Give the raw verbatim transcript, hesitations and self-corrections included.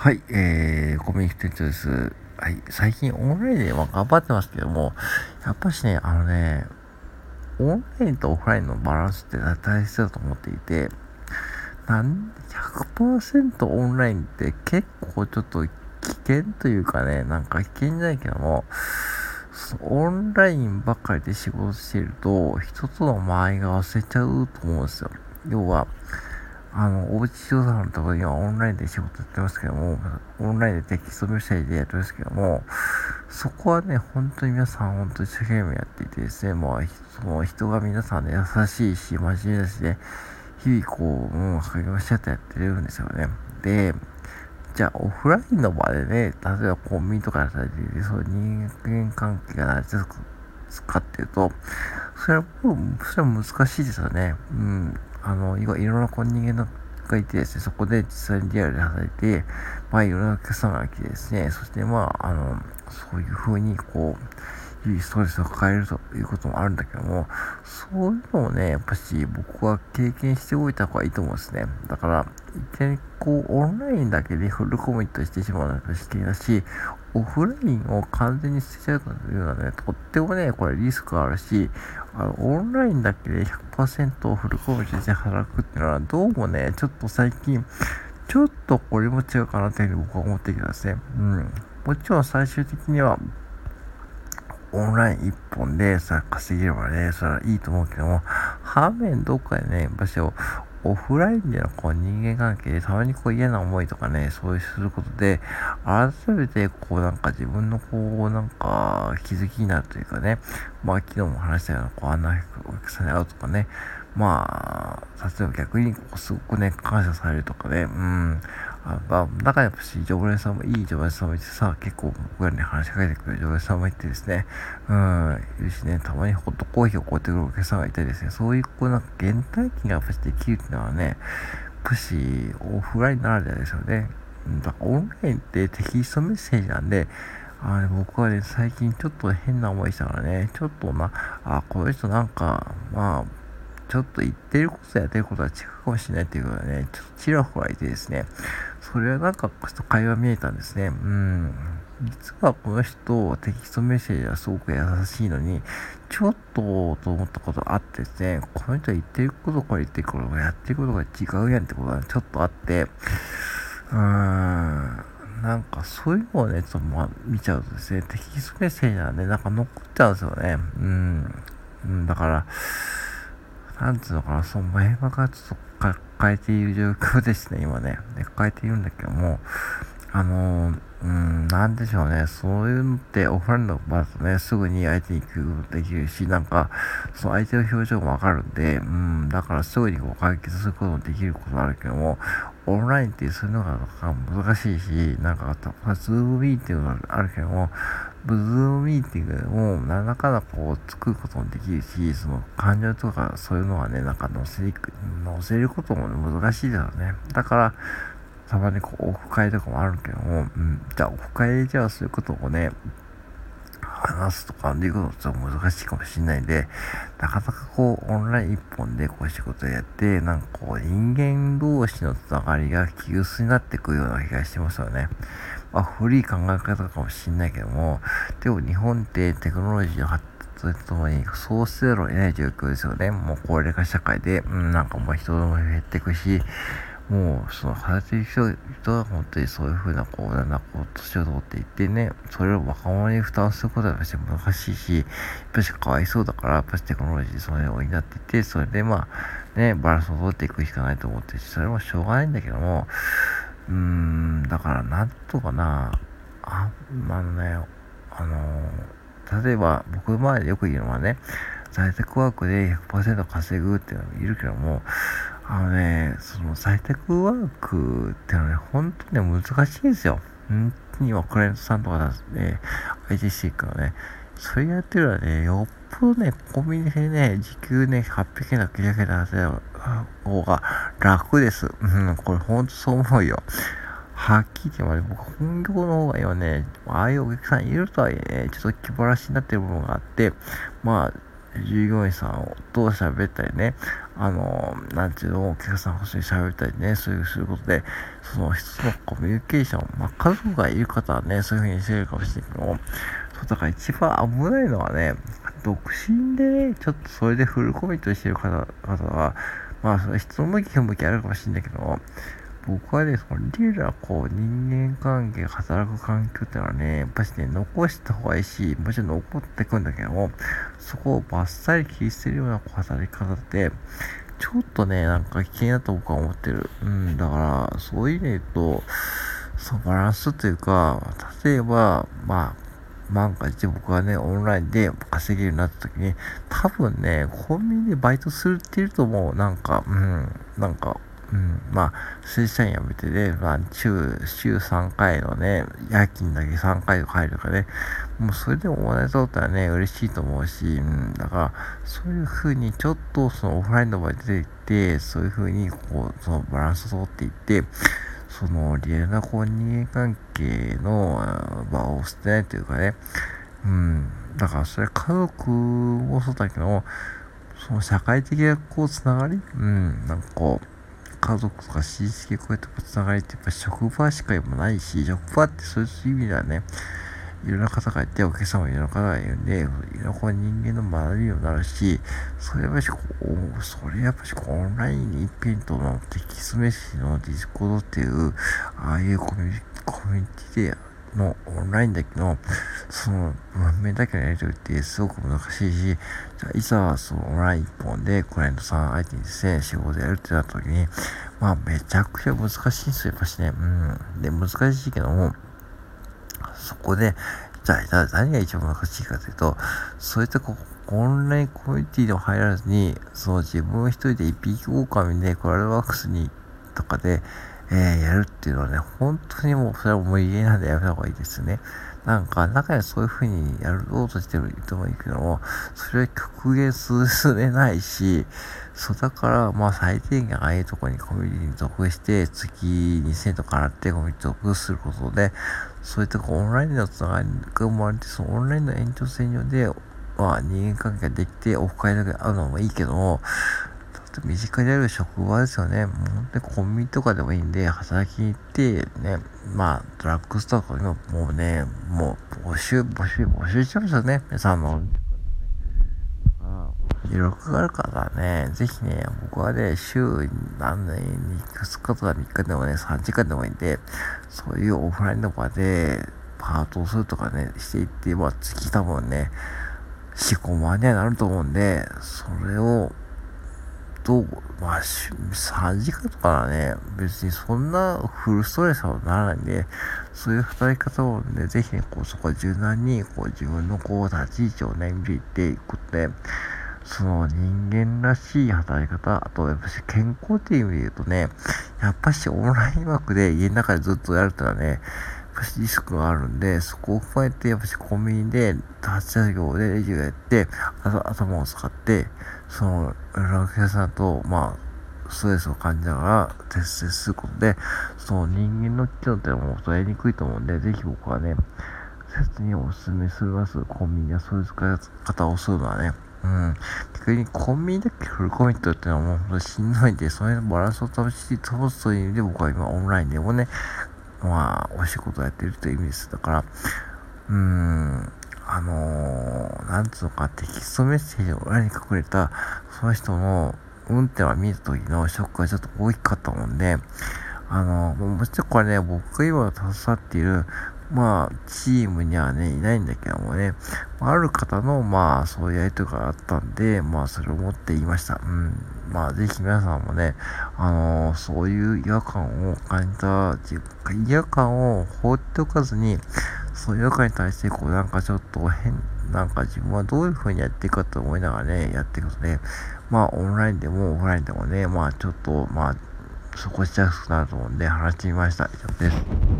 はい、えー、コミュニティ店長です。はい、最近オンラインでまあ頑張ってますけども、やっぱしね、あのね、オンラインとオフラインのバランスって大切だと思っていて、なん、ひゃくパーセントオンラインって結構ちょっと危険というかね、なんか危険じゃないけども、そのオンラインばっかりで仕事してると、人との間合いが忘れちゃうと思うんですよ。要は、あの、おうち調査のところにはオンラインで仕事やってますけども、オンラインでテキストメッセージでやってますけども、そこはね、本当に皆さん本当に一生懸命やっていてですね、もう、その人が皆さんね、優しいし、真面目だしね、日々こう、うん、励まし合ってやってるんですよね。で、じゃあオフラインの場でね、例えばコンビニとかで働いていて、そういう人間関係が成り立つかっていうと、それはもう、それは難しいですよね。うん。あの、いろいろなこう人間がいてですね、そこで実際にリアルで働いて、まあいろんなお客様が来てですね、そしてまあ、あの、そういうふうにこう、日々ストレスを抱えるということもあるんだけども、そういうのをね、やっぱし僕は経験しておいた方がいいと思うんですね。だから、一見こう、オンラインだけでフルコミットしてしまうのは危険だし、オフラインを完全に捨てちゃうというのはね、とってもね、これリスクあるし、あの、オンラインだけでひゃくパーセントフルコミットして働くっていうのは、どうもね、ちょっと最近、ちょっとこれも違うかなというふうに僕は思ってきたんですね。うん。もちろん最終的には、オンライン一本でさ、稼げればね、それはいいと思うけども、反面どっかでね、場所をオフラインでのこう人間関係でたまにこう嫌な思いとかね、そういうすることで、改めてこうなんか自分のこうなんか気づきになるというかね、まあ昨日も話したようなこうあんなお客さんに会うとかね、まあ、例えば逆にこうすごくね、感謝されるとかね、うん。あまあ、中にやっぱし常連さんもいい常連さんもいてさ、結構僕らに話しかけてくれる常連さんもいてですね、うん、いるしね、たまにホットコーヒーをこうやってくるお客さんがいてですね、そういうこうなんか原体験がやっぱしできるっていうのはね、やっぱしオフラインならではですよね。うん、だからオンラインってテキストメッセージなんで、あれ僕はね、最近ちょっと変な思いしたからね、ちょっとまあ、あ、この人なんか、まあ、ちょっと言ってることとやってることは違うかもしれないっていうのがね、ちょっとちらほらいてですね、それはなんかちょっと会話見えたんですね。うん。実はこの人、テキストメッセージはすごく優しいのに、ちょっとと思ったことあってですね、この人言ってることから言ってることがやってることが違うやんってことがちょっとあって、うーん。なんかそういうのをね、ちょっとまあ見ちゃうとですね、テキストメッセージなんでなんか残っちゃうんですよね。うん。うん、だから、なんつうのかな、その前歯がちょっと抱えている状況ですね、今ね。で抱えているんだけども、あのー、うん、なんでしょうね。そういうのってオフラインの場だとね、すぐに相手に行くことできるし、なんか、その相手の表情もわかるんで、うん、だからすぐにこう解決することもできることもあるけども、オンラインってそういうのが難しいし、なんか、ズームミーティングがあるけども、ズームミーティングでも、何らかのこう、作ることもできるし、その感情とかそういうのはね、なんか載せいく、載せることも難しいだろうね。だから、たまにこう、オフ会とかもあるけども、うん、じゃあオフ会でじゃあそういうことをね、話すとかいうことは難しいかもしれないんで、なかなかこう、オンライン一本でこう仕事をやって、なんかこう、人間同士のつながりが急須になってくるような気がしてますよね。まあ、古い考え方かもしれないけども、でも日本ってテクノロジーの発達とともに、そうせざるを得ない状況ですよね。もう高齢化社会で、うん、なんかもう人も減っていくし、もう、その、働いてる人、人は本当にそういうふうな、こう、なんだ、こう、年を取っていってね、それを若者に負担することはやっぱり難しいし、やっぱりかわいそうだから、やっぱりテクノロジーそれを担っていて、それでまあ、ね、バランスを取っていくしかないと思ってるし、それもしょうがないんだけども、うーん、だから、なんとかな、あ、あのね、あのー、例えば、僕前でよく言うのはね、在宅ワークでひゃくパーセント稼ぐっていうのもいるけども、あのね、その在宅ワークってのはね、本当にね、難しいんですよ。本当に今、クライアントさんとかだね、アイティー していくからね、それやってるのはね、よっぽどね、コンビニでね、時給ね、はっぴゃくえんだけじゃけた方が楽です。うん、これほんとそう思うよ。はっきり言ってもね、僕、本業の方が今ね、ああいうお客さんいるとはいえね、ちょっと気晴らしになってる部分があって、まあ、従業員さんと喋ったりね、 あの、なんていうの、お客さんと一緒に喋ったりね、そういうすることで、その一つのコミュニケーション、まあ、家族がいる方はね、そういう風にしてるかもしれないけども、そうだから一番危ないのはね、独身でね、ちょっとそれでフルコミットしてる方々は、まあ、それ人の向き不向きあるかもしれないけども、僕はね、そのリアルなこう人間関係、働く環境ってのはね、やっぱしね、残した方がいいし、もちろん残ってくんだけども、そこをバッサリ切り捨てるような働き方って、ちょっとね、なんか危険だと僕は思ってる。うん、だから、そういう意味で言うと、そのバランスというか、例えば、まあ、万が一僕がね、オンラインで稼げるようになった時に、多分ね、コンビニでバイトするっていうともう、なんか、うん、なんか、うん、まあ、正社員辞めてね、まあ、週、週さんかいのね、夜勤だけさんかいとか入るとかね、もうそれでも同じだったらね、嬉しいと思うし、うん、だから、そういう風にちょっとそのオフラインの場に出ていって、そういう風にこう、そのバランスを取っていって、そのリアルなこう人間関係の場を捨てないというかね、うん、だからそれ家族もそうだけども、その社会的なこうつながり、うん、なんかこう、家族とか親戚こうやってつながりってやっぱ職場しか今ないし、職場ってそういう意味ではね、いろんな方がいて、お客様もいろんな方がいるんで、いろんなこう人間の学びにもなるし、それやっぱしこう、それやっぱしこうオンラインに一辺倒のテキストメッセージのディスコードっていう、ああいうコミュニコミュニティでのオンラインだけの、その文面だけのやり取りってすごく難しいし、じゃあいざそのオンライン一本でクライアントさん相手にですね、仕事やるってなった時に、まあめちゃくちゃ難しいんですよ、やっぱしね。うん。で、難しいけども、そこで、じゃあ、じゃあ何が一番難しいかというと、そういったこう、オンラインコミュニティでも入らずに、その自分一人で一匹狼でクラウドワークスにとかで、えー、やるっていうのはね、本当にもうそれはもう家なんでやめた方がいいですね。なんか、中にはそういう風にやろうとしてる人もいるけども、それは極限進めないし、そうだから、まあ最低限ああいうとこにコミュニティに属して、月にせんえんとか払ってコミュニティに属することで、そういったこうオンラインのつながりが生まれて、そのオンラインの延長線上で、まあ人間関係ができて、オフ会だけ会うのもいいけども、ちょっと身近である職場ですよね。もう本当にコンビニとかでもいいんで、働きに行って、ね、まあ、ドラッグストアとか今もうね、もう募集、募集、募集してますよね。皆さんの。余力があるからね、ぜひね、僕はね、週何年にふつかとかみっかでもね、さんじかんでもいいんで、そういうオフラインの場でパートをするとかね、していって、まあ月多分ね、よん、ごまんにはなると思うんで、それを、どう、まあ、さんじかんとかはね、別にそんなフルストレスはならないんで、そういう働き方をね、ぜひね、こう、そこは柔軟に、こう、自分のこう、立ち位置をね、見ていっていくことで、その人間らしい働き方、あとやっぱし健康っていう意味で言うとね、やっぱしオンラインワークで家の中でずっとやるってのはね、やっぱしリスクがあるんで、そこを踏まえて、やっぱしコンビニで立ち作業でレジをやって、頭を使って、その、お客さんと、まあ、ストレスを感じながら徹底することで、その人間の機能ってのも捉えにくいと思うんで、ぜひ僕はね、切にお勧めします。コンビニはそういう使い方をするのはね。うん。逆にコンビニだけフルコミットっていうのはもうしんどいんで、そのバランスを保ち、保つという意味で僕は今オンラインでもね、まあ、お仕事をやっているという意味です。だから、うーん、あのー、なんつうのか、テキストメッセージの裏に隠れた、その人の運転を見た時のショックがちょっと大きかったもんで、あの、もちろんこれね、僕が今携わっている、まあ、チームにはね、いないんだけどもね、ある方の、まあ、そういうやりとりがあったんで、まあ、それを持って言いました。うん。まあ、ぜひ皆さんもね、あのーそういう違和感を感じた、違和感を放っておかずに、そういう違和感に対して、こう、なんかちょっと変、なんか自分はどういう風にやっていくかと思いながらね、やっていくとね、まあ、オンラインでもオフラインでもね、まあ、ちょっと、まあ、過ごしやすくなると思うんで、話してみました。以上です。